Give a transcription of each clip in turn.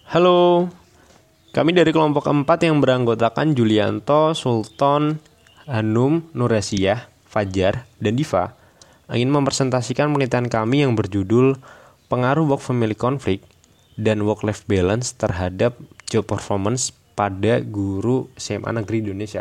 Halo, kami dari kelompok 4 yang beranggotakan Julianto, Sultan, Hanum, Nurasiah, Fajar, dan Diva ingin mempresentasikan penelitian kami yang berjudul Pengaruh Work Family Conflict dan Work-Life Balance terhadap Job Performance pada Guru SMA Negeri Indonesia.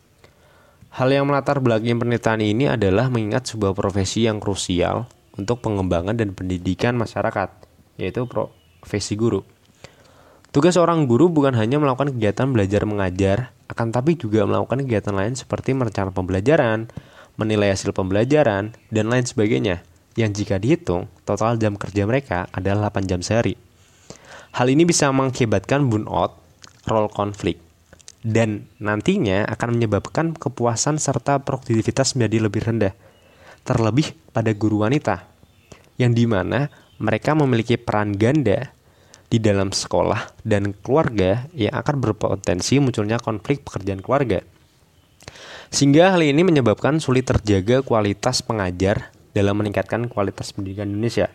Hal yang melatar belakangi penelitian ini adalah mengingat sebuah profesi yang krusial untuk pengembangan dan pendidikan masyarakat, yaitu profesi guru. Tugas seorang guru bukan hanya melakukan kegiatan belajar mengajar, akan tapi juga melakukan kegiatan lain seperti merencanakan pembelajaran, menilai hasil pembelajaran, dan lain sebagainya, yang jika dihitung, total jam kerja mereka adalah 8 jam sehari. Hal ini bisa mengakibatkan burnout, role conflict, dan nantinya akan menyebabkan kepuasan serta produktivitas menjadi lebih rendah, terlebih pada guru wanita, yang dimana mereka memiliki peran ganda di dalam sekolah dan keluarga yang akan berpotensi munculnya konflik pekerjaan keluarga. Sehingga hal ini menyebabkan sulit terjaga kualitas pengajar dalam meningkatkan kualitas pendidikan Indonesia.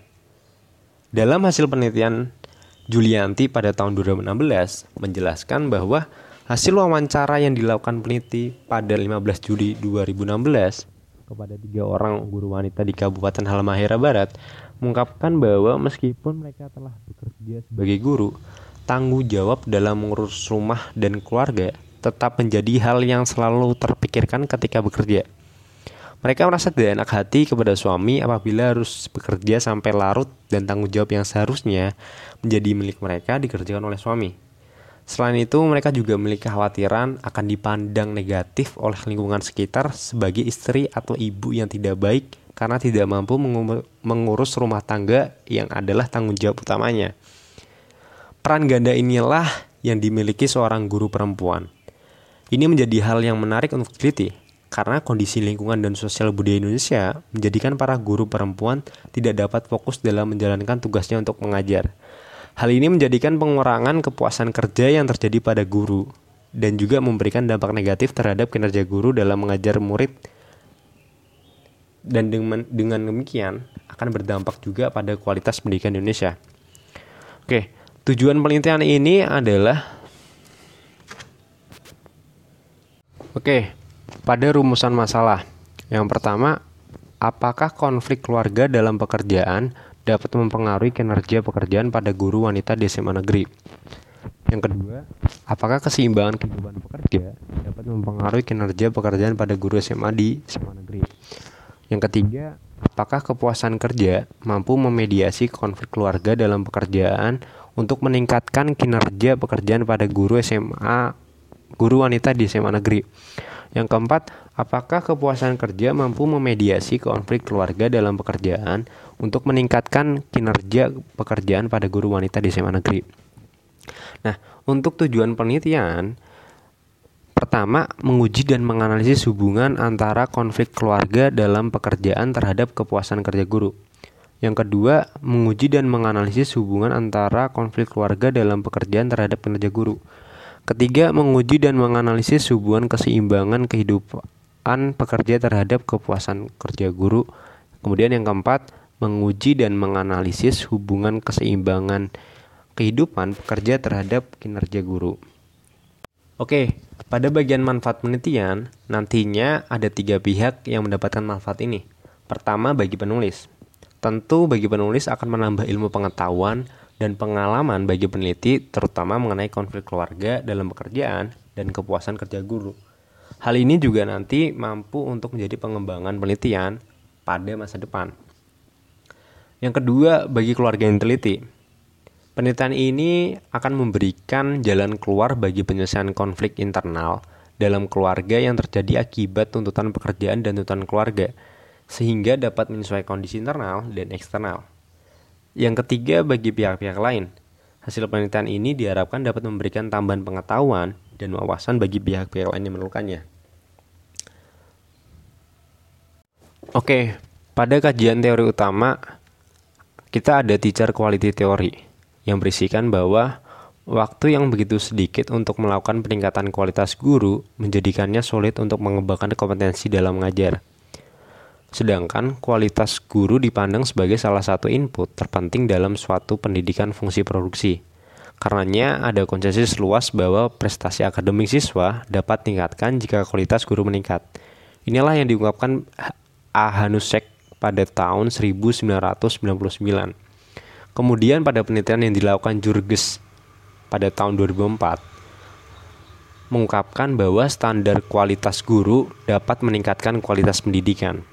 Dalam hasil penelitian Julianti pada tahun 2016 menjelaskan bahwa hasil wawancara yang dilakukan peneliti pada 15 Juli 2016 kepada 3 orang guru wanita di Kabupaten Halmahera Barat mengungkapkan bahwa meskipun mereka telah bekerja sebagai guru, tanggung jawab dalam mengurus rumah dan keluarga tetap menjadi hal yang selalu terpikirkan ketika bekerja. Mereka merasa tidak enak hati kepada suami apabila harus bekerja sampai larut dan tanggung jawab yang seharusnya menjadi milik mereka dikerjakan oleh suami. Selain itu, mereka juga memiliki kekhawatiran akan dipandang negatif oleh lingkungan sekitar sebagai istri atau ibu yang tidak baik karena tidak mampu mengurus rumah tangga yang adalah tanggung jawab utamanya. Peran ganda inilah yang dimiliki seorang guru perempuan. Ini menjadi hal yang menarik untuk diteliti, karena kondisi lingkungan dan sosial budaya Indonesia menjadikan para guru perempuan tidak dapat fokus dalam menjalankan tugasnya untuk mengajar. Hal ini menjadikan pengurangan kepuasan kerja yang terjadi pada guru dan juga memberikan dampak negatif terhadap kinerja guru dalam mengajar murid, dan dengan demikian akan berdampak juga pada kualitas pendidikan Indonesia. Oke, tujuan penelitian ini adalah pada rumusan masalah. Yang pertama, apakah konflik keluarga dalam pekerjaan dapat mempengaruhi kinerja pekerjaan pada guru wanita di SMA negeri? Yang kedua, apakah keseimbangan kehidupan pekerja dapat mempengaruhi kinerja pekerjaan pada guru SMA di SMA negeri? Yang ketiga, apakah kepuasan kerja mampu memediasi konflik keluarga dalam pekerjaan untuk meningkatkan kinerja pekerjaan pada guru wanita di SMA negeri? Yang keempat, apakah kepuasan kerja mampu memediasi konflik keluarga dalam pekerjaan untuk meningkatkan kinerja pekerjaan pada guru wanita di SMA negeri? Nah, untuk tujuan penelitian, pertama, menguji dan menganalisis hubungan antara konflik keluarga dalam pekerjaan terhadap kepuasan kerja guru. Yang kedua, menguji dan menganalisis hubungan antara konflik keluarga dalam pekerjaan terhadap kinerja guru. Ketiga, menguji dan menganalisis hubungan keseimbangan kehidupan pekerja terhadap kepuasan kerja guru. Kemudian yang keempat, menguji dan menganalisis hubungan keseimbangan kehidupan pekerja terhadap kinerja guru. Oke, pada bagian manfaat penelitian, nantinya ada 3 pihak yang mendapatkan manfaat ini. Pertama, bagi penulis. Tentu bagi penulis akan menambah ilmu pengetahuan dan pengalaman bagi peneliti, terutama mengenai konflik keluarga dalam pekerjaan dan kepuasan kerja guru. Hal ini juga nanti mampu untuk menjadi pengembangan penelitian pada masa depan. Yang kedua, bagi keluarga yang teliti. Penelitian ini akan memberikan jalan keluar bagi penyelesaian konflik internal dalam keluarga yang terjadi akibat tuntutan pekerjaan dan tuntutan keluarga, sehingga dapat menyesuaikan kondisi internal dan eksternal. Yang ketiga, bagi pihak-pihak lain. Hasil penelitian ini diharapkan dapat memberikan tambahan pengetahuan dan wawasan bagi pihak-pihak lain yang memerlukannya. Oke, pada kajian teori utama, kita ada teacher quality theory yang berisikan bahwa waktu yang begitu sedikit untuk melakukan peningkatan kualitas guru menjadikannya sulit untuk mengembangkan kompetensi dalam mengajar. Sedangkan kualitas guru dipandang sebagai salah satu input terpenting dalam suatu pendidikan fungsi produksi. Karenanya ada konsensus luas bahwa prestasi akademik siswa dapat tingkatkan jika kualitas guru meningkat. Inilah yang diungkapkan A. Hanusek pada tahun 1999. Kemudian pada penelitian yang dilakukan Jurges pada tahun 2004 mengungkapkan bahwa standar kualitas guru dapat meningkatkan kualitas pendidikan.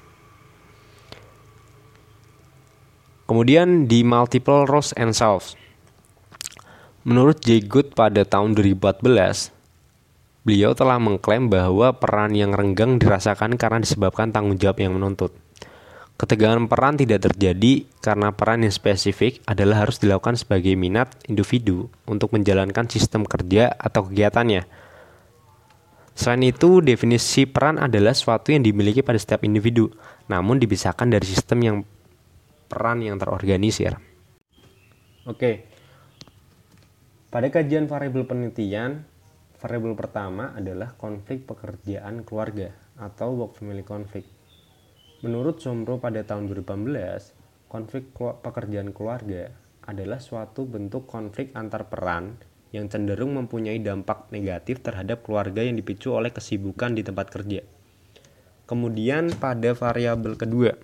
Kemudian di Multiple Roles and Selves, menurut Jay Gould pada tahun 2014, beliau telah mengklaim bahwa peran yang renggang dirasakan karena disebabkan tanggung jawab yang menuntut. Ketegangan peran tidak terjadi karena peran yang spesifik adalah harus dilakukan sebagai minat individu untuk menjalankan sistem kerja atau kegiatannya. Selain itu, definisi peran adalah sesuatu yang dimiliki pada setiap individu, namun dipisahkan dari sistem yang peran yang terorganisir. Oke. Pada kajian variabel penelitian, variabel pertama adalah konflik pekerjaan keluarga atau work-family conflict. Menurut Somro pada tahun 2018, konflik pekerjaan keluarga adalah suatu bentuk konflik antar peran yang cenderung mempunyai dampak negatif terhadap keluarga yang dipicu oleh kesibukan di tempat kerja. Kemudian pada variabel kedua,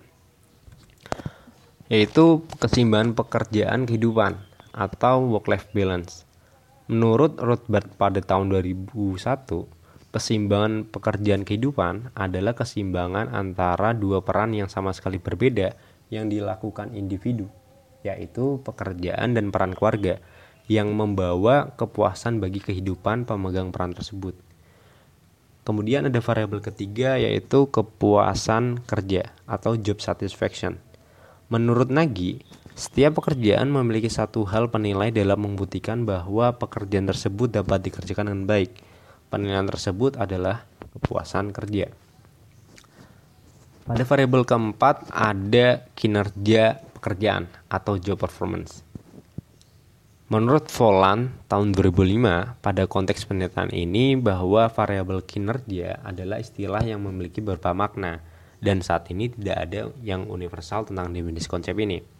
yaitu keseimbangan pekerjaan kehidupan atau work-life balance. Menurut Rothbard pada tahun 2001, keseimbangan pekerjaan kehidupan adalah keseimbangan antara dua peran yang sama sekali berbeda yang dilakukan individu, yaitu pekerjaan dan peran keluarga, yang membawa kepuasan bagi kehidupan pemegang peran tersebut. Kemudian ada variabel ketiga, yaitu kepuasan kerja atau job satisfaction. Menurut Nagy, setiap pekerjaan memiliki satu hal penilai dalam membuktikan bahwa pekerjaan tersebut dapat dikerjakan dengan baik. Penilaian tersebut adalah kepuasan kerja. Pada variabel keempat ada kinerja pekerjaan atau job performance. Menurut Voland tahun 2005, pada konteks penelitian ini bahwa variabel kinerja adalah istilah yang memiliki beberapa makna, dan saat ini tidak ada yang universal tentang definisi konsep ini.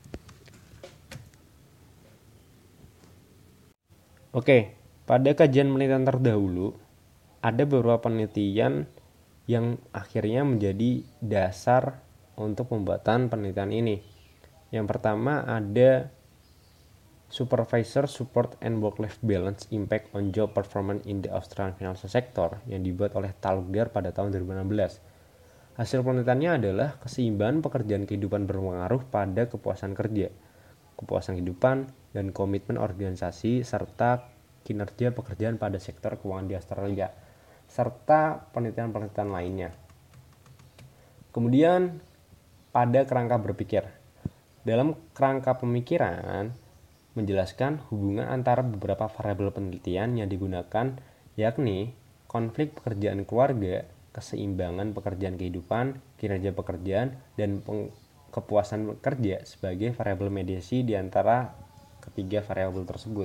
Oke, pada kajian penelitian terdahulu, ada beberapa penelitian yang akhirnya menjadi dasar untuk pembuatan penelitian ini. Yang pertama ada Supervisor Support and Work-Life Balance Impact on Job Performance in the Australian Financial Sector yang dibuat oleh Talukder pada tahun 2016. Hasil penelitiannya adalah keseimbangan pekerjaan kehidupan berpengaruh pada kepuasan kerja, kepuasan kehidupan, dan komitmen organisasi serta kinerja pekerjaan pada sektor keuangan di Australia, serta penelitian-penelitian lainnya. Kemudian pada kerangka berpikir. Dalam kerangka pemikiran menjelaskan hubungan antara beberapa variabel penelitian yang digunakan, yakni konflik pekerjaan keluarga, keseimbangan pekerjaan kehidupan, kinerja pekerjaan, dan kepuasan kerja sebagai variabel mediasi di antara ketiga variabel tersebut.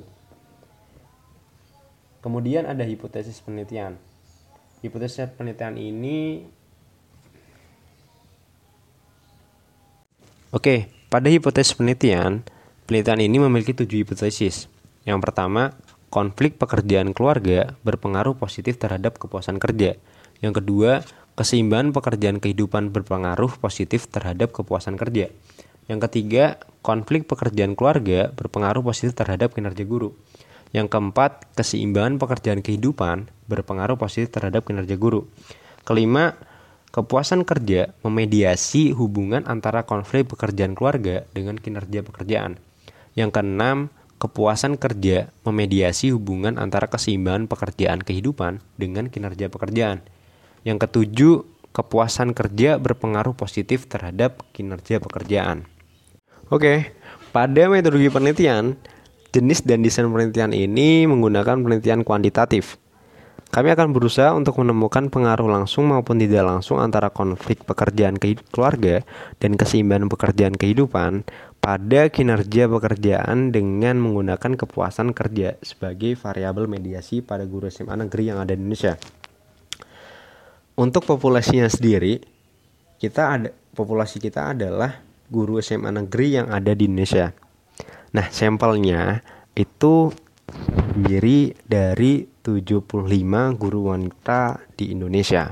Kemudian ada hipotesis penelitian. Hipotesis penelitian ini pada hipotesis penelitian ini memiliki 7 hipotesis. Yang pertama, konflik pekerjaan keluarga berpengaruh positif terhadap kepuasan kerja. Yang kedua, keseimbangan pekerjaan kehidupan berpengaruh positif terhadap kepuasan kerja. Yang ketiga, konflik pekerjaan keluarga berpengaruh positif terhadap kinerja guru. Yang keempat, keseimbangan pekerjaan kehidupan berpengaruh positif terhadap kinerja guru. Kelima, kepuasan kerja memediasi hubungan antara konflik pekerjaan keluarga dengan kinerja pekerjaan. Yang keenam, kepuasan kerja memediasi hubungan antara keseimbangan pekerjaan kehidupan dengan kinerja pekerjaan. Yang ketujuh, kepuasan kerja berpengaruh positif terhadap kinerja pekerjaan. Pada metodologi penelitian, jenis dan desain penelitian ini menggunakan penelitian kuantitatif. Kami akan berusaha untuk menemukan pengaruh langsung maupun tidak langsung antara konflik pekerjaan keluarga dan keseimbangan pekerjaan kehidupan pada kinerja pekerjaan dengan menggunakan kepuasan kerja sebagai variabel mediasi pada guru SMA negeri yang ada di Indonesia. Untuk populasinya sendiri, populasi kita adalah guru SMA negeri yang ada di Indonesia. Nah, sampelnya itu terdiri dari 75 guru wanita di Indonesia.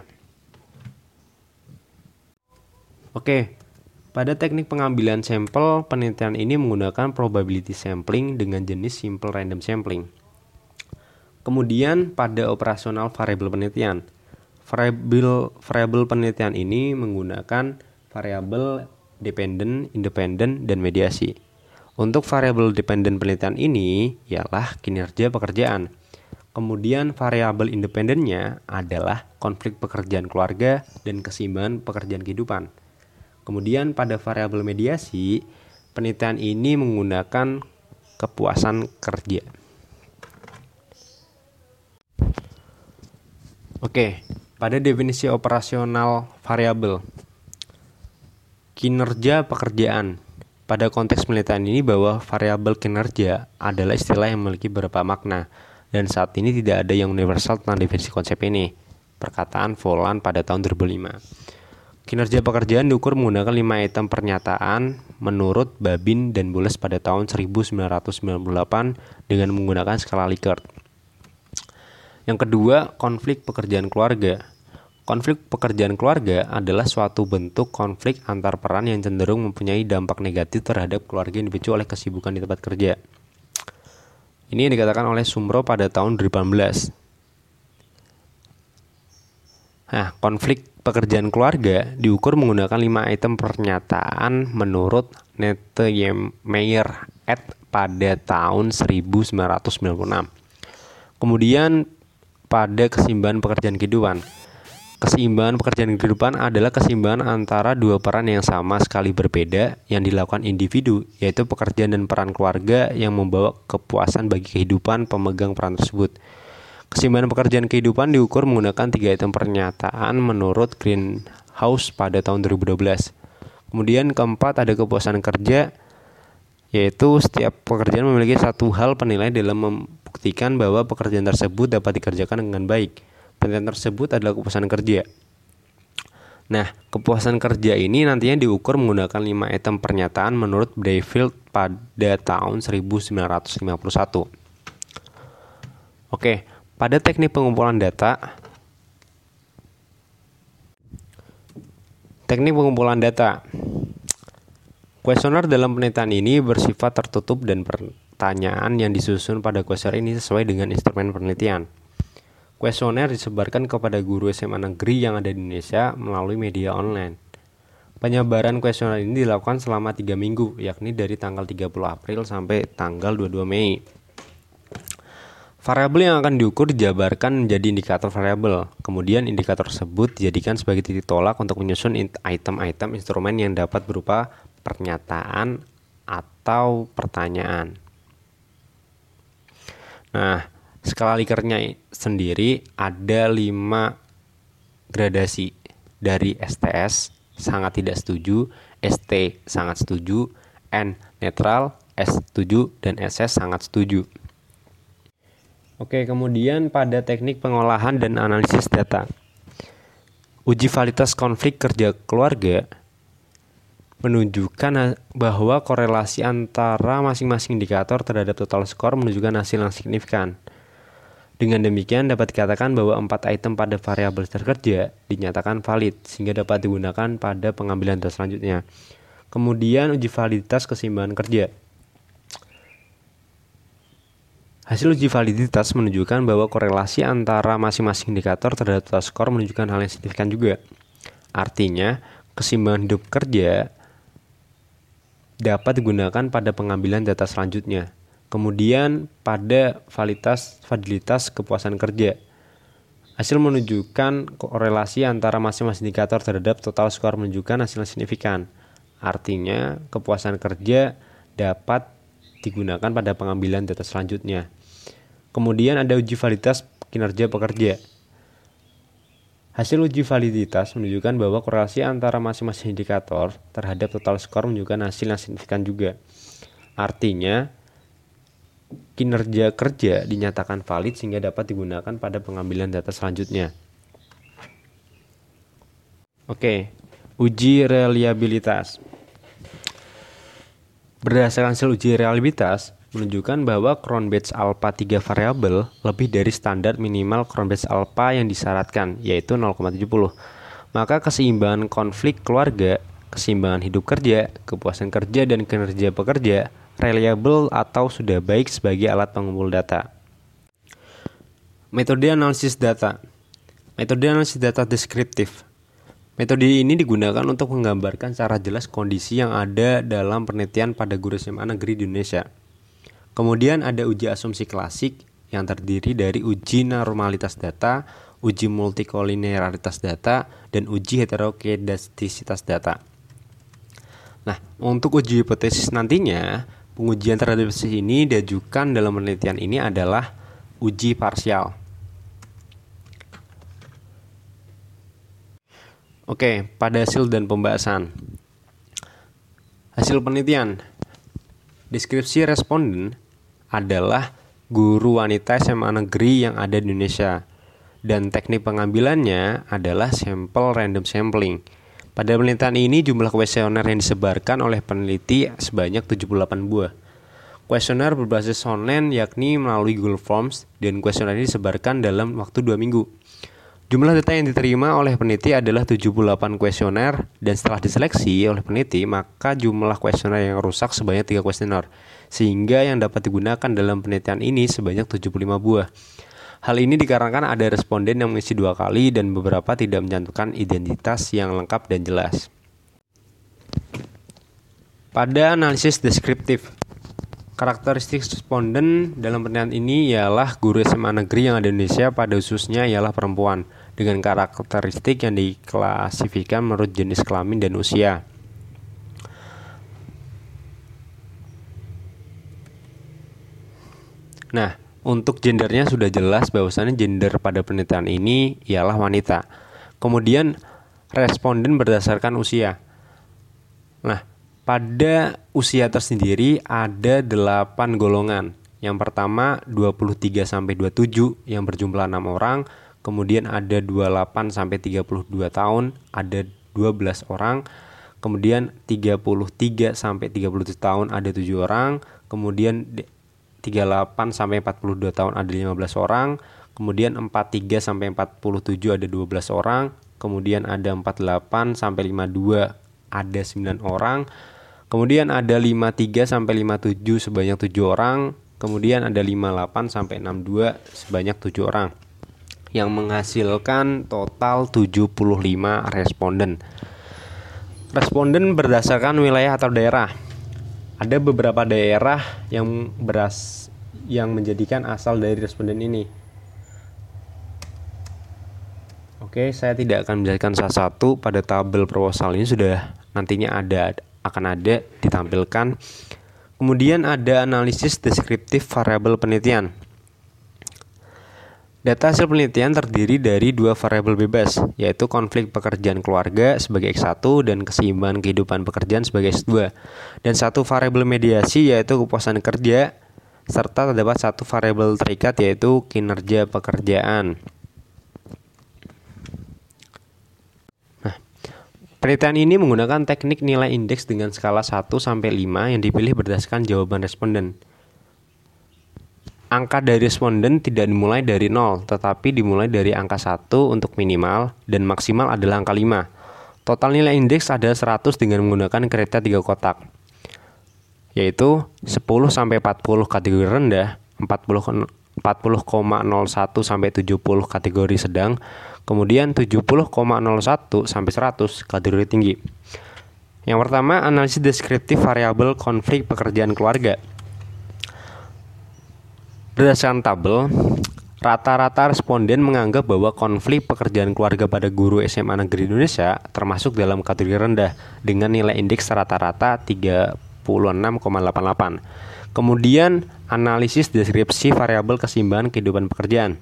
Oke, pada teknik pengambilan sampel, penelitian ini menggunakan probability sampling dengan jenis simple random sampling. Kemudian pada operasional variabel penelitian. Variabel penelitian ini menggunakan variabel dependent, independent, dan mediasi. Untuk variabel dependent penelitian ini ialah kinerja pekerjaan. Kemudian variabel independennya adalah konflik pekerjaan keluarga dan keseimbangan pekerjaan kehidupan. Kemudian pada variabel mediasi, penelitian ini menggunakan kepuasan kerja. Oke, pada definisi operasional variabel, kinerja pekerjaan. Pada konteks penelitian ini bahwa variabel kinerja adalah istilah yang memiliki beberapa makna, dan saat ini tidak ada yang universal tentang definisi konsep ini. Perkataan Volan pada tahun 2005. Kinerja pekerjaan diukur menggunakan 5 item pernyataan menurut Babin dan Boles pada tahun 1998 dengan menggunakan skala Likert. Yang kedua, konflik pekerjaan keluarga. Konflik pekerjaan keluarga adalah suatu bentuk konflik antar peran yang cenderung mempunyai dampak negatif terhadap keluarga yang dipicu oleh kesibukan di tempat kerja. Ini yang dikatakan oleh Sumro pada tahun 2018. Nah, konflik pekerjaan keluarga diukur menggunakan 5 item pernyataan menurut Nettemeyer et pada tahun 1996. Kemudian pada keseimbangan pekerjaan kehidupan. Keseimbangan pekerjaan kehidupan adalah keseimbangan antara dua peran yang sama sekali berbeda yang dilakukan individu, yaitu pekerjaan dan peran keluarga yang membawa kepuasan bagi kehidupan pemegang peran tersebut. Keseimbangan pekerjaan kehidupan diukur menggunakan 3 item pernyataan menurut Greenhouse pada tahun 2012. Kemudian keempat ada kepuasan kerja, yaitu setiap pekerjaan memiliki satu hal penilaian dalam membuktikan bahwa pekerjaan tersebut dapat dikerjakan dengan baik. Penilaian tersebut adalah kepuasan kerja. Nah, kepuasan kerja ini nantinya diukur menggunakan 5 item pernyataan menurut Brayfield pada tahun 1951. Oke. Pada teknik pengumpulan data, kuesioner dalam penelitian ini bersifat tertutup dan pertanyaan yang disusun pada kuesioner ini sesuai dengan instrumen penelitian. Kuesioner disebarkan kepada guru SMA negeri yang ada di Indonesia melalui media online. Penyebaran kuesioner ini dilakukan selama 3 minggu, yakni dari tanggal 30 April sampai tanggal 22 Mei. Variabel yang akan diukur dijabarkan menjadi indikator variabel. Kemudian indikator tersebut dijadikan sebagai titik tolak untuk menyusun item-item instrumen yang dapat berupa pernyataan atau pertanyaan. Nah, skala Likertnya sendiri ada 5 gradasi, dari STS sangat tidak setuju, ST sangat setuju, N netral, S setuju, dan SS sangat setuju. Oke, kemudian pada teknik pengolahan dan analisis data. Uji validitas konflik kerja keluarga menunjukkan bahwa korelasi antara masing-masing indikator terhadap total skor menunjukkan hasil yang signifikan. Dengan demikian dapat dikatakan bahwa 4 item pada variabel kerja dinyatakan valid sehingga dapat digunakan pada pengambilan data selanjutnya. Kemudian uji validitas keseimbangan kerja. Hasil uji validitas menunjukkan bahwa korelasi antara masing-masing indikator terhadap total skor menunjukkan hal yang signifikan juga. Artinya, keseimbangan hidup kerja dapat digunakan pada pengambilan data selanjutnya. Kemudian pada validitas kepuasan kerja. Hasil menunjukkan korelasi antara masing-masing indikator terhadap total skor menunjukkan hasil yang signifikan. Artinya, kepuasan kerja dapat digunakan pada pengambilan data selanjutnya. Kemudian ada uji validitas kinerja pekerja. Hasil uji validitas menunjukkan bahwa korelasi antara masing-masing indikator terhadap total skor menunjukkan hasil yang signifikan juga. Artinya, kinerja kerja dinyatakan valid sehingga dapat digunakan pada pengambilan data selanjutnya. Oke, uji reliabilitas. Berdasarkan hasil uji reliabilitas, menunjukkan bahwa Cronbach's alpha 3 variabel lebih dari standar minimal Cronbach's alpha yang disyaratkan, yaitu 0,70. Maka keseimbangan konflik keluarga, keseimbangan hidup kerja, kepuasan kerja, dan kinerja pekerja reliable atau sudah baik sebagai alat pengumpul data. Metode analisis data. Metode analisis data deskriptif. Metode ini digunakan untuk menggambarkan secara jelas kondisi yang ada dalam penelitian pada guru SMA negeri di Indonesia. Kemudian ada uji asumsi klasik yang terdiri dari uji normalitas data, uji multikolinearitas data, dan uji heterokedastisitas data. Nah, untuk uji hipotesis nantinya, pengujian terhadap hipotesis ini diajukan dalam penelitian ini adalah uji parsial. Oke, pada hasil dan pembahasan. Hasil penelitian. Deskripsi responden adalah guru wanita SMA negeri yang ada di Indonesia. Dan teknik pengambilannya adalah sampel random sampling. Pada penelitian ini jumlah kuesioner yang disebarkan oleh peneliti sebanyak 78 buah. Kuesioner berbasis online yakni melalui Google Forms dan kuesioner ini disebarkan dalam waktu 2 minggu. Jumlah data yang diterima oleh peneliti adalah 78 kuesioner dan setelah diseleksi oleh peneliti maka jumlah kuesioner yang rusak sebanyak 3 kuesioner sehingga yang dapat digunakan dalam penelitian ini sebanyak 75 buah. Hal ini dikarenakan ada responden yang mengisi 2 kali dan beberapa tidak mencantumkan identitas yang lengkap dan jelas. Pada analisis deskriptif, karakteristik responden dalam penelitian ini ialah guru SMA negeri yang ada di Indonesia pada khususnya ialah perempuan dengan karakteristik yang diklasifikasikan menurut jenis kelamin dan usia. Nah, untuk gendernya sudah jelas bahwasannya gender pada penelitian ini ialah wanita. Kemudian responden berdasarkan usia. Nah, pada usia tersendiri ada 8 golongan. Yang pertama 23 sampai 27 yang berjumlah 6 orang, kemudian ada 28 sampai 32 tahun, ada 12 orang. Kemudian 33 sampai 37 tahun ada 7 orang, kemudian 38 sampai 42 tahun ada 15 orang, kemudian 43 sampai 47 ada 12 orang, kemudian ada 48 sampai 52 ada 9 orang. Kemudian ada 53 sampai 57 sebanyak 7 orang, kemudian ada 58 sampai 62 sebanyak 7 orang. Yang menghasilkan total 75 responden. Responden berdasarkan wilayah atau daerah. Ada beberapa daerah yang menjadikan asal dari responden ini. Oke, saya tidak akan menjelaskan satu-satu. Pada tabel proposal ini sudah nantinya akan ada ditampilkan. Kemudian ada analisis deskriptif variabel penelitian. Data hasil penelitian terdiri dari 2 variabel bebas, yaitu konflik pekerjaan keluarga sebagai X1 dan keseimbangan kehidupan pekerjaan sebagai X2, dan 1 variabel mediasi yaitu kepuasan kerja, serta terdapat 1 variabel terikat yaitu kinerja pekerjaan. Penelitian ini menggunakan teknik nilai indeks dengan skala 1 sampai 5 yang dipilih berdasarkan jawaban responden. Angka dari responden tidak dimulai dari 0, tetapi dimulai dari angka 1 untuk minimal dan maksimal adalah angka 5. Total nilai indeks adalah 100 dengan menggunakan kriteria 3 kotak, yaitu 10 sampai 40 kategori rendah, 40,01 sampai 70 kategori sedang, kemudian 70,01 sampai 100 kategori tinggi. Yang pertama, analisis deskriptif variabel konflik pekerjaan keluarga. Berdasarkan tabel, rata-rata responden menganggap bahwa konflik pekerjaan keluarga pada guru SMA negeri Indonesia termasuk dalam kategori rendah dengan nilai indeks rata-rata 36,88. Kemudian, analisis deskripsi variabel keseimbangan kehidupan pekerjaan.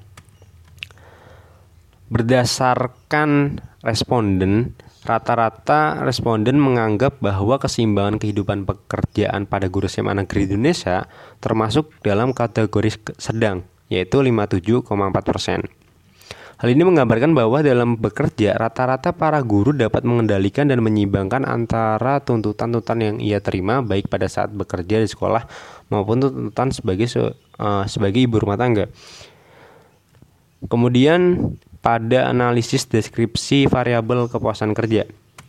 Berdasarkan responden, rata-rata responden menganggap bahwa keseimbangan kehidupan pekerjaan pada guru SMA negeri Indonesia termasuk dalam kategori sedang, yaitu 57,4%. Hal ini menggambarkan bahwa dalam bekerja, rata-rata para guru dapat mengendalikan dan menyeimbangkan antara tuntutan-tuntutan yang ia terima baik pada saat bekerja di sekolah maupun tuntutan sebagai ibu rumah tangga. Kemudian pada analisis deskripsi variabel kepuasan kerja,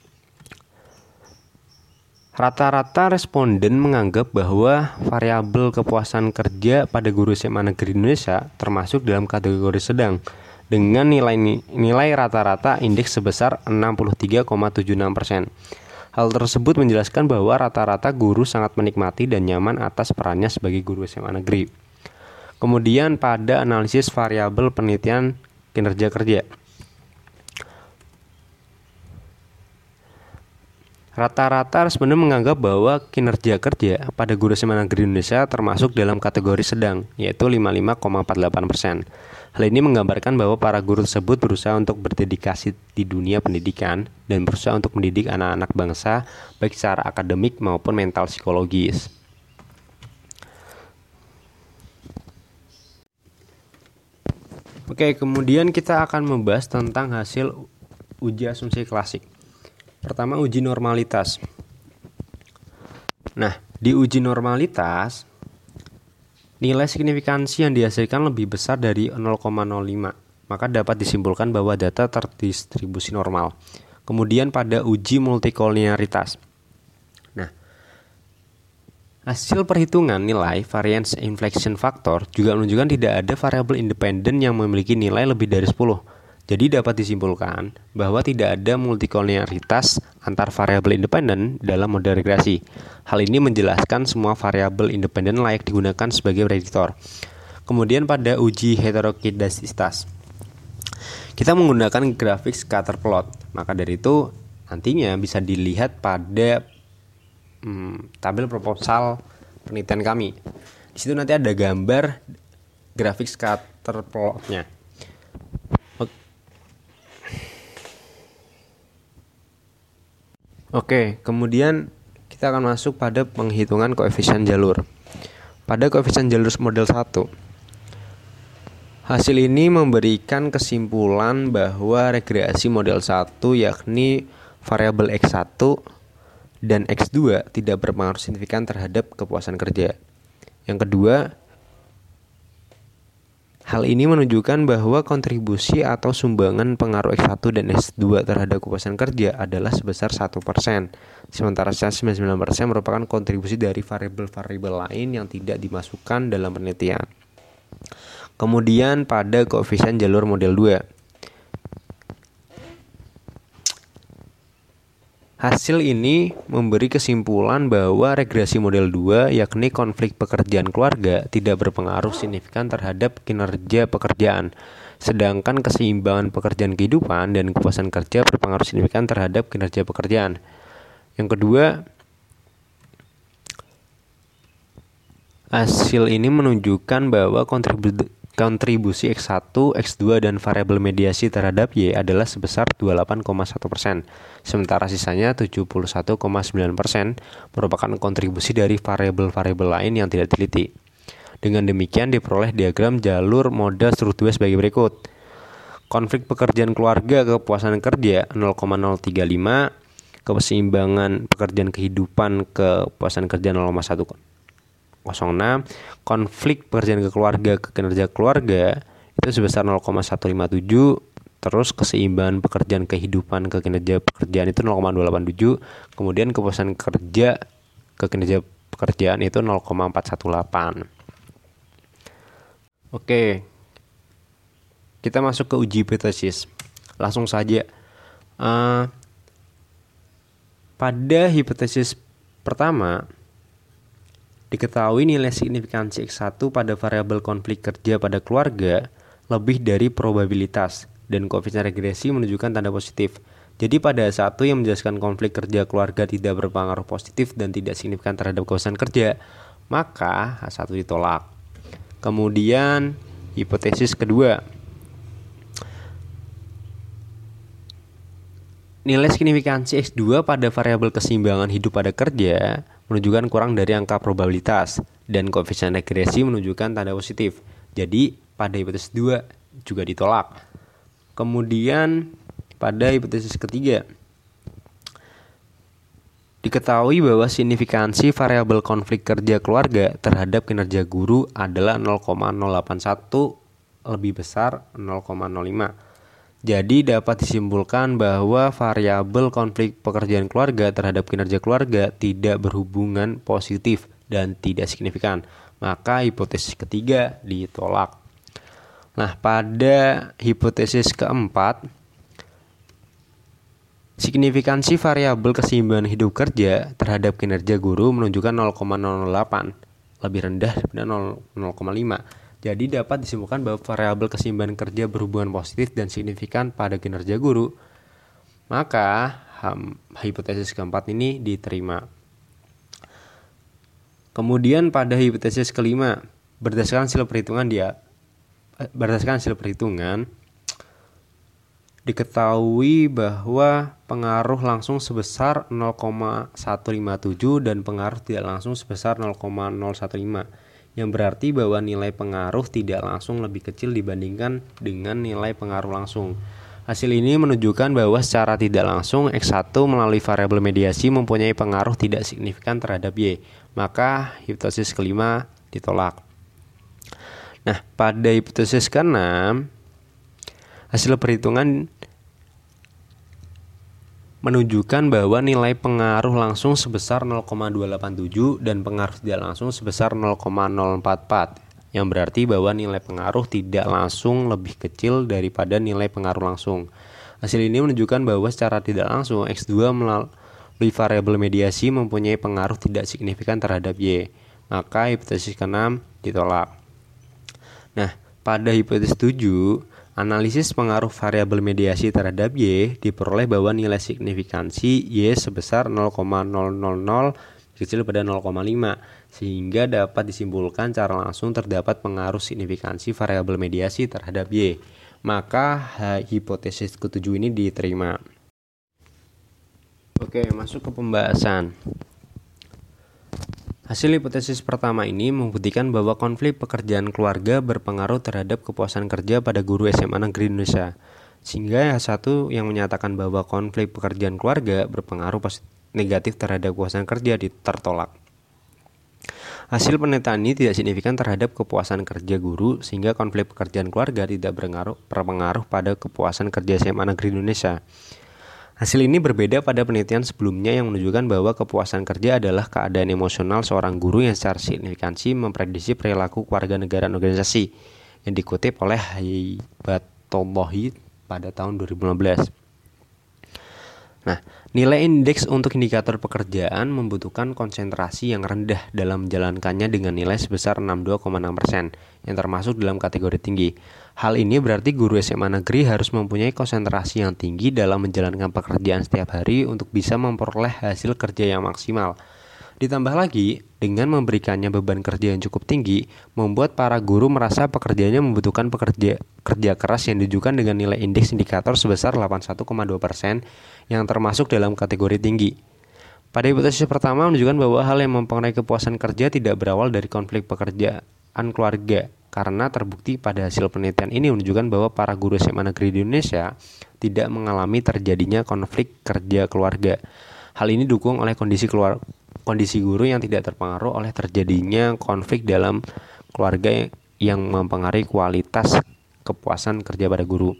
rata-rata responden menganggap bahwa variabel kepuasan kerja pada guru SMA negeri Indonesia termasuk dalam kategori sedang dengan nilai rata-rata indeks sebesar 63,76%. Hal tersebut menjelaskan bahwa rata-rata guru sangat menikmati dan nyaman atas perannya sebagai guru SMA negeri. Kemudian pada analisis variabel penelitian kinerja kerja, rata-rata responden menganggap bahwa kinerja kerja pada guru SMA negeri Indonesia termasuk dalam kategori sedang, yaitu 55,48%. Hal ini menggambarkan bahwa para guru tersebut berusaha untuk berdedikasi di dunia pendidikan dan berusaha untuk mendidik anak-anak bangsa baik secara akademik maupun mental psikologis. Oke, kemudian kita akan membahas tentang hasil uji asumsi klasik. Pertama, uji normalitas. Nah, di uji normalitas, nilai signifikansi yang dihasilkan lebih besar dari 0,05, maka dapat disimpulkan bahwa data terdistribusi normal. Kemudian pada uji multikolinearitas. Nah, hasil perhitungan nilai variance inflection factor juga menunjukkan tidak ada variabel independen yang memiliki nilai lebih dari 10. Jadi dapat disimpulkan bahwa tidak ada multikolinearitas antar variabel independen dalam model regresi. Hal ini menjelaskan semua variabel independen layak digunakan sebagai prediktor. Kemudian pada uji heterokedastisitas, kita menggunakan grafik scatter plot. Maka dari itu nantinya bisa dilihat pada tabel proposal penelitian kami. Di situ nanti ada gambar grafik scatter plotnya. Oke, kemudian kita akan masuk pada penghitungan koefisien jalur. Pada koefisien jalur model 1, hasil ini memberikan kesimpulan bahwa regresi model 1 yakni variabel X1 dan X2 tidak berpengaruh signifikan terhadap kepuasan kerja. Yang kedua, hal ini menunjukkan bahwa kontribusi atau sumbangan pengaruh X1 dan X2 terhadap kepuasan kerja adalah sebesar 1%, sementara 99% merupakan kontribusi dari variabel-variabel lain yang tidak dimasukkan dalam penelitian. Kemudian pada koefisien jalur model 2, hasil ini memberi kesimpulan bahwa regresi model 2 yakni konflik pekerjaan keluarga tidak berpengaruh signifikan terhadap kinerja pekerjaan, sedangkan keseimbangan pekerjaan kehidupan dan kepuasan kerja berpengaruh signifikan terhadap kinerja pekerjaan. Yang kedua, hasil ini menunjukkan bahwa kontribusi X1, X2, dan variabel mediasi terhadap Y adalah sebesar 28,1%, sementara sisanya 71,9% merupakan kontribusi dari variabel-variabel lain yang tidak teliti. Dengan demikian diperoleh diagram jalur model struktur sebagai berikut. Konflik pekerjaan keluarga kepuasan kerja 0,035, keseimbangan pekerjaan kehidupan kepuasan kerja 0,106, konflik pekerjaan keluarga ke kinerja keluarga itu sebesar 0,157, terus keseimbangan pekerjaan kehidupan ke kinerja pekerjaan itu 0,287, kemudian kepuasan kerja ke kinerja pekerjaan itu 0,418. Oke, kita masuk ke uji hipotesis. Langsung saja. Pada hipotesis pertama, diketahui nilai signifikansi X1 pada variabel konflik kerja pada keluarga lebih dari probabilitas dan koefisien regresi menunjukkan tanda positif. Jadi pada S1 yang menjelaskan konflik kerja keluarga tidak berpengaruh positif dan tidak signifikan terhadap kepuasan kerja, maka H1 ditolak. Kemudian hipotesis kedua, nilai signifikansi X2 pada variabel keseimbangan hidup pada kerja menunjukkan kurang dari angka probabilitas dan koefisien regresi menunjukkan tanda positif. Jadi pada hipotesis 2 juga ditolak. Kemudian pada hipotesis ketiga, diketahui bahwa signifikansi variabel konflik kerja keluarga terhadap kinerja guru adalah 0,081 lebih besar 0,05. Jadi dapat disimpulkan bahwa variabel konflik pekerjaan keluarga terhadap kinerja keluarga tidak berhubungan positif dan tidak signifikan. Maka hipotesis ketiga ditolak. Nah, pada hipotesis keempat, signifikansi variabel keseimbangan hidup kerja terhadap kinerja guru menunjukkan 0,08, lebih rendah daripada 0,5. Jadi dapat disimpulkan bahwa variabel keseimbangan kerja berhubungan positif dan signifikan pada kinerja guru. Maka hipotesis keempat ini diterima. Kemudian pada hipotesis kelima, berdasarkan hasil perhitungan diketahui bahwa pengaruh langsung sebesar 0,157 dan pengaruh tidak langsung sebesar 0,015, yang berarti bahwa nilai pengaruh tidak langsung lebih kecil dibandingkan dengan nilai pengaruh langsung. Hasil ini menunjukkan bahwa secara tidak langsung X1 melalui variabel mediasi mempunyai pengaruh tidak signifikan terhadap Y. Maka hipotesis kelima ditolak. Nah, pada hipotesis keenam, hasil perhitungan menunjukkan bahwa nilai pengaruh langsung sebesar 0,287 dan pengaruh tidak langsung sebesar 0,044, yang berarti bahwa nilai pengaruh tidak langsung lebih kecil daripada nilai pengaruh langsung. Hasil ini menunjukkan bahwa secara tidak langsung X2 melalui variabel mediasi mempunyai pengaruh tidak signifikan terhadap Y. Maka hipotesis ke-6 ditolak. Nah, pada hipotesis 7, analisis pengaruh variabel mediasi terhadap Y diperoleh bahwa nilai signifikansi Y sebesar 0,000 kecil pada 0,5, sehingga dapat disimpulkan secara langsung terdapat pengaruh signifikansi variabel mediasi terhadap Y. Maka hipotesis ke-7 ini diterima. Oke, masuk ke pembahasan. Hasil hipotesis pertama ini membuktikan bahwa konflik pekerjaan keluarga berpengaruh terhadap kepuasan kerja pada guru SMA Negeri Indonesia. Sehingga satu yang menyatakan bahwa konflik pekerjaan keluarga berpengaruh negatif terhadap kepuasan kerja tertolak. Hasil penelitian ini tidak signifikan terhadap kepuasan kerja guru, sehingga konflik pekerjaan keluarga tidak berpengaruh pada kepuasan kerja SMA Negeri Indonesia. Hasil ini berbeda pada penelitian sebelumnya yang menunjukkan bahwa kepuasan kerja adalah keadaan emosional seorang guru yang secara signifikansi memprediksi perilaku warga negara dan organisasi, yang dikutip oleh Haibatullahi pada tahun 2015. Nah, nilai indeks untuk indikator pekerjaan membutuhkan konsentrasi yang rendah dalam menjalankannya dengan nilai sebesar 62,6%, yang termasuk dalam kategori tinggi. Hal ini berarti guru SMA negeri harus mempunyai konsentrasi yang tinggi dalam menjalankan pekerjaan setiap hari untuk bisa memperoleh hasil kerja yang maksimal. Ditambah lagi, dengan memberikannya beban kerja yang cukup tinggi, membuat para guru merasa pekerjaannya membutuhkan kerja keras yang ditunjukkan dengan nilai indeks indikator sebesar 81,2%, yang termasuk dalam kategori tinggi. Pada hipotesis pertama menunjukkan bahwa hal yang mempengaruhi kepuasan kerja tidak berawal dari konflik pekerjaan keluarga, karena terbukti pada hasil penelitian ini menunjukkan bahwa para guru SMA negeri di Indonesia tidak mengalami terjadinya konflik kerja keluarga. Hal ini didukung oleh kondisi guru yang tidak terpengaruh oleh terjadinya konflik dalam keluarga yang mempengaruhi kualitas kepuasan kerja pada guru.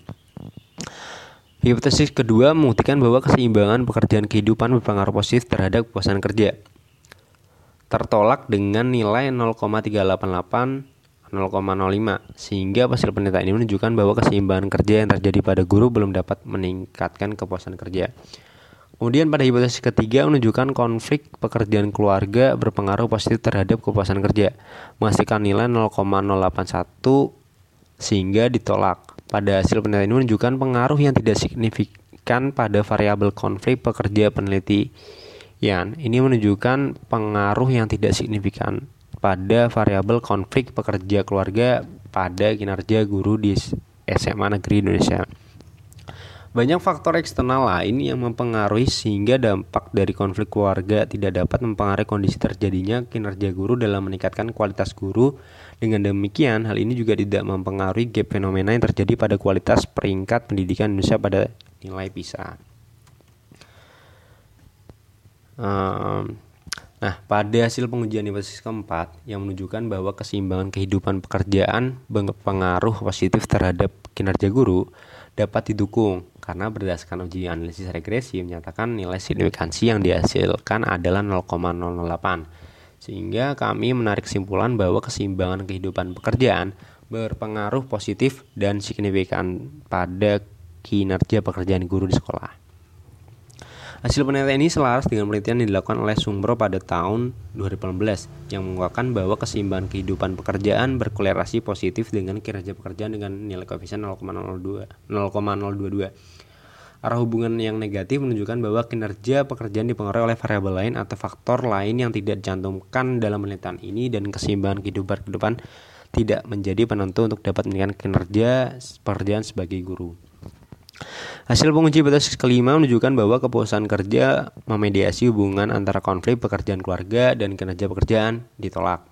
Hipotesis kedua membuktikan bahwa keseimbangan pekerjaan kehidupan berpengaruh positif terhadap kepuasan kerja. Tertolak dengan nilai 0,388, 0,05, sehingga hasil penelitian ini menunjukkan bahwa keseimbangan kerja yang terjadi pada guru belum dapat meningkatkan kepuasan kerja. Kemudian pada hipotesis ketiga menunjukkan konflik pekerjaan keluarga berpengaruh positif terhadap kepuasan kerja, menghasilkan nilai 0,081 sehingga ditolak. Pada hasil penelitian ini menunjukkan pengaruh yang tidak signifikan pada variabel konflik pekerja penelitian. Ini menunjukkan pengaruh yang tidak signifikan pada variabel konflik pekerja keluarga pada kinerja guru di SMA Negeri Indonesia. Banyak faktor eksternal lain yang mempengaruhi sehingga dampak dari konflik keluarga tidak dapat mempengaruhi kondisi terjadinya kinerja guru dalam meningkatkan kualitas guru. Dengan demikian, hal ini juga tidak mempengaruhi gap fenomena yang terjadi pada kualitas peringkat pendidikan Indonesia pada nilai PISA. Nah, pada hasil pengujian hipotesis keempat yang menunjukkan bahwa keseimbangan kehidupan pekerjaan berpengaruh positif terhadap kinerja guru dapat didukung karena berdasarkan uji analisis regresi menyatakan nilai signifikansi yang dihasilkan adalah 0,008. Sehingga kami menarik kesimpulan bahwa keseimbangan kehidupan pekerjaan berpengaruh positif dan signifikan pada kinerja pekerjaan guru di sekolah. Hasil penelitian ini selaras dengan penelitian yang dilakukan oleh Sumbro pada tahun 2018 yang mengungkapkan bahwa keseimbangan kehidupan pekerjaan berkorelasi positif dengan kinerja pekerjaan dengan nilai koefisien 0,022. Arah hubungan yang negatif menunjukkan bahwa kinerja pekerjaan dipengaruhi oleh variabel lain atau faktor lain yang tidak dicantumkan dalam penelitian ini, dan keseimbangan kehidupan tidak menjadi penentu untuk dapat meningkatkan kinerja pekerjaan sebagai guru. Hasil penguji hipotesis kelima menunjukkan bahwa kepuasan kerja memediasi hubungan antara konflik pekerjaan keluarga dan kinerja pekerjaan ditolak.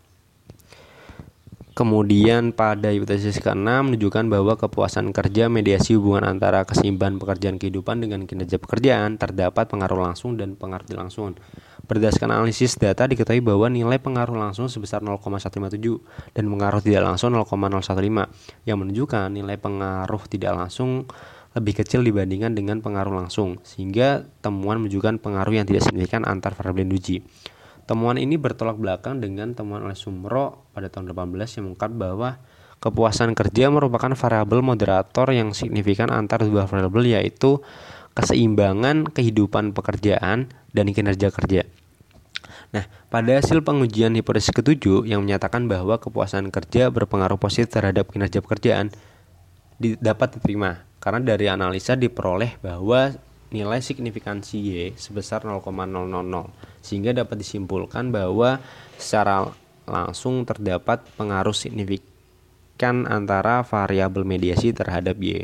Kemudian pada hipotesis keenam menunjukkan bahwa kepuasan kerja mediasi hubungan antara keseimbangan pekerjaan kehidupan dengan kinerja pekerjaan terdapat pengaruh langsung dan pengaruh tidak langsung. Berdasarkan analisis data diketahui bahwa nilai pengaruh langsung sebesar 0,157 dan pengaruh tidak langsung 0,015 yang menunjukkan nilai pengaruh tidak langsung lebih kecil dibandingkan dengan pengaruh langsung, sehingga temuan menunjukkan pengaruh yang tidak signifikan antar variabel yang diuji. Temuan ini bertolak belakang dengan temuan oleh Sumbro pada tahun 2018 yang mengungkap bahwa kepuasan kerja merupakan variabel moderator yang signifikan antar dua variabel, yaitu keseimbangan kehidupan pekerjaan dan kinerja kerja. Nah, pada hasil pengujian hipotesis ketujuh yang menyatakan bahwa kepuasan kerja berpengaruh positif terhadap kinerja pekerjaan dapat diterima karena dari analisa diperoleh bahwa nilai signifikansi Y sebesar 0,000 sehingga dapat disimpulkan bahwa secara langsung terdapat pengaruh signifikan antara variabel mediasi terhadap Y.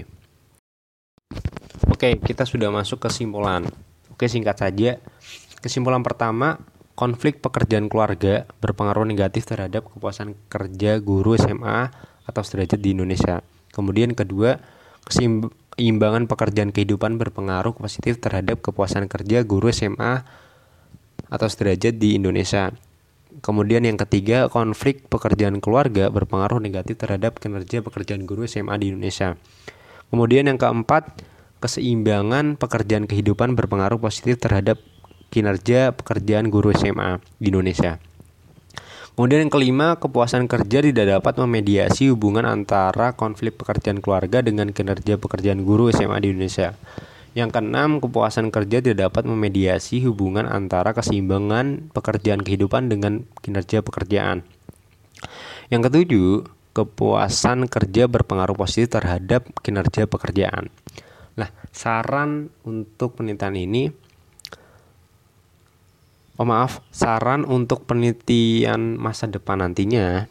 Oke, kita sudah masuk ke kesimpulan. Oke, singkat saja. Kesimpulan pertama, konflik pekerjaan keluarga berpengaruh negatif terhadap kepuasan kerja guru SMA atau sederajat di Indonesia. Kemudian kedua, keseimbangan pekerjaan kehidupan berpengaruh positif terhadap kepuasan kerja guru SMA atau sederajat di Indonesia. Kemudian yang ketiga, konflik pekerjaan keluarga berpengaruh negatif terhadap kinerja pekerjaan guru SMA di Indonesia. Kemudian yang keempat, keseimbangan pekerjaan kehidupan berpengaruh positif terhadap kinerja pekerjaan guru SMA di Indonesia. Kemudian yang kelima, kepuasan kerja tidak dapat memediasi hubungan antara konflik pekerjaan keluarga dengan kinerja pekerjaan guru SMA di Indonesia. Yang keenam, kepuasan kerja tidak dapat memediasi hubungan antara keseimbangan pekerjaan kehidupan dengan kinerja pekerjaan. Yang ketujuh, kepuasan kerja berpengaruh positif terhadap kinerja pekerjaan. Nah, saran untuk penelitian ini saran untuk penelitian masa depan nantinya,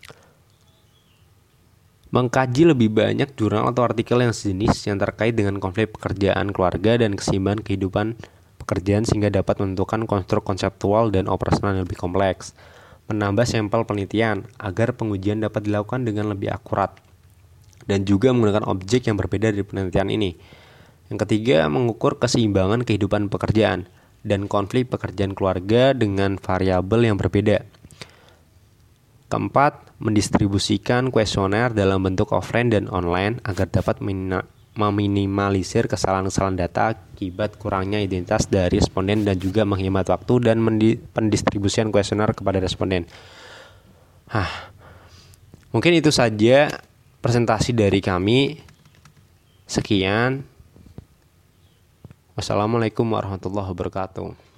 mengkaji lebih banyak jurnal atau artikel yang sejenis yang terkait dengan konflik pekerjaan keluarga dan keseimbangan kehidupan pekerjaan sehingga dapat menentukan konstruk konseptual dan operasional yang lebih kompleks. Menambah sampel penelitian agar pengujian dapat dilakukan dengan lebih akurat dan juga menggunakan objek yang berbeda dari penelitian ini. Yang ketiga, mengukur keseimbangan kehidupan pekerjaan dan konflik pekerjaan keluarga dengan variabel yang berbeda. Keempat, mendistribusikan kuesioner dalam bentuk offline dan online agar dapat meminimalisir kesalahan-kesalahan data akibat kurangnya identitas dari responden dan juga menghemat waktu dan pendistribusian kuesioner kepada responden. Mungkin itu saja presentasi dari kami. Sekian. Wassalamualaikum warahmatullahi wabarakatuh.